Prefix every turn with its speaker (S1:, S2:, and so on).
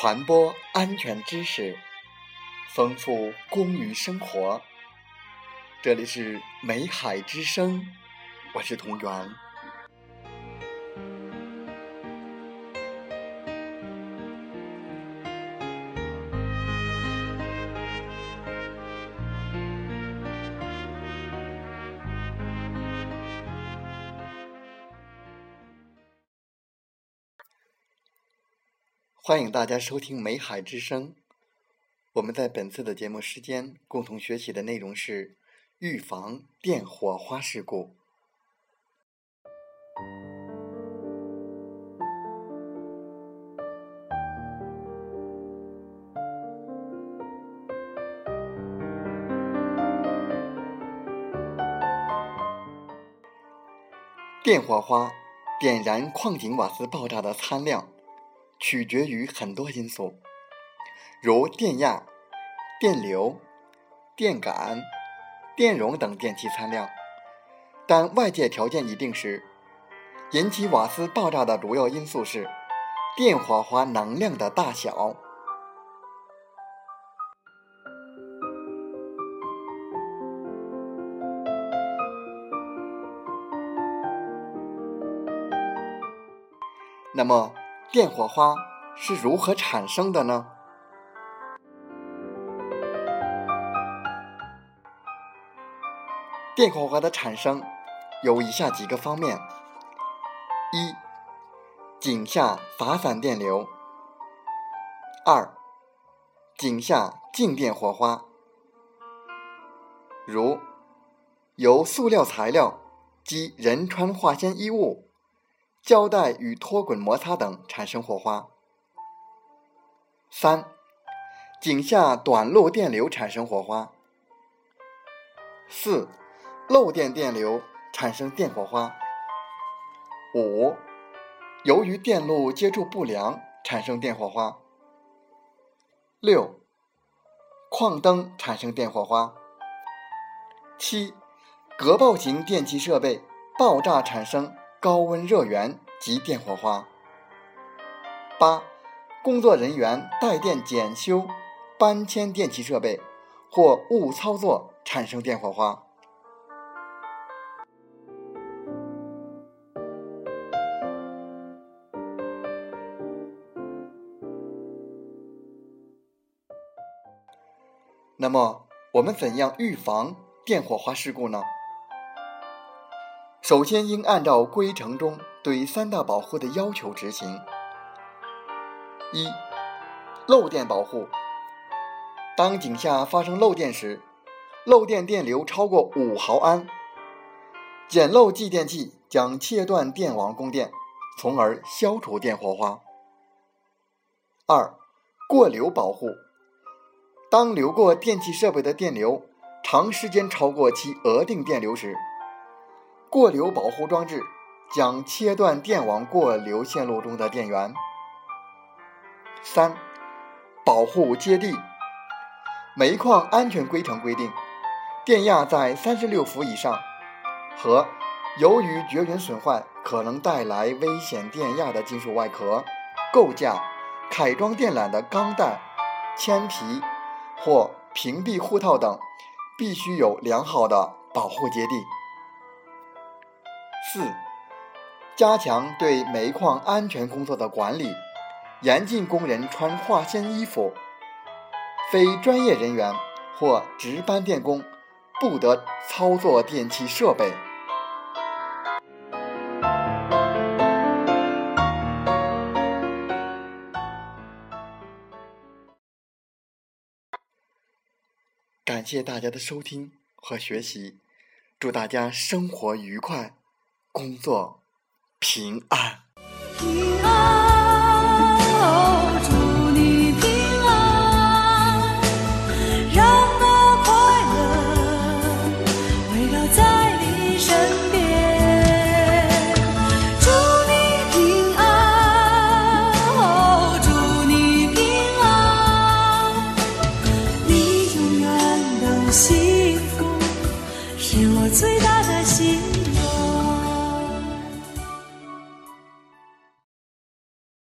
S1: 传播安全知识，丰富公寓生活。这里是美海之声，我是同源。欢迎大家收听美海之声。我们在本次的节目时间共同学习的内容是预防电火花事故。电火花点燃矿井瓦斯爆炸的参量取决于很多因素，如电压、电流、电感、电容等电气参量，但外界条件一定时，引起瓦斯爆炸的主要因素是电火花能量的大小。那么电火花是如何产生的呢？电火花的产生有以下几个方面：一、井下发散电流；二、井下静电火花，如由塑料材料及人穿化纤衣物、胶带与脱滚摩擦等产生火花。三、井下短路电流产生火花。四、漏电电流产生电火花。五、由于电路接触不良产生电火花。六、矿灯产生电火花。七、隔爆型电气设备爆炸产生高温热源及电火花。八、工作人员带电检修、搬迁电气设备或误操作产生电火花。那么，我们怎样预防电火花事故呢？首先应按照规程中对三大保护的要求执行。一、漏电保护。当井下发生漏电时，漏电电流超过5毫安，检漏继电器将切断电网供电，从而消除电火花。二、过流保护。当流过电气设备的电流长时间超过其额定电流时，过流保护装置将切断电网过流线路中的电源。三、保护接地。煤矿安全规程规定，电压在36伏以上和由于绝缘损坏可能带来危险电压的金属外壳、构架、铠装电缆的钢带、铅皮或屏蔽护套等必须有良好的保护接地。四、加强对煤矿安全工作的管理，严禁工人穿化纤衣服，非专业人员或值班电工不得操作电气设备。感谢大家的收听和学习，祝大家生活愉快，工作平安。
S2: 平安，哦，祝你平安，让那快乐围绕在你身边。祝你平安，哦，祝你平安，你永远都幸福，是我最大的心愿。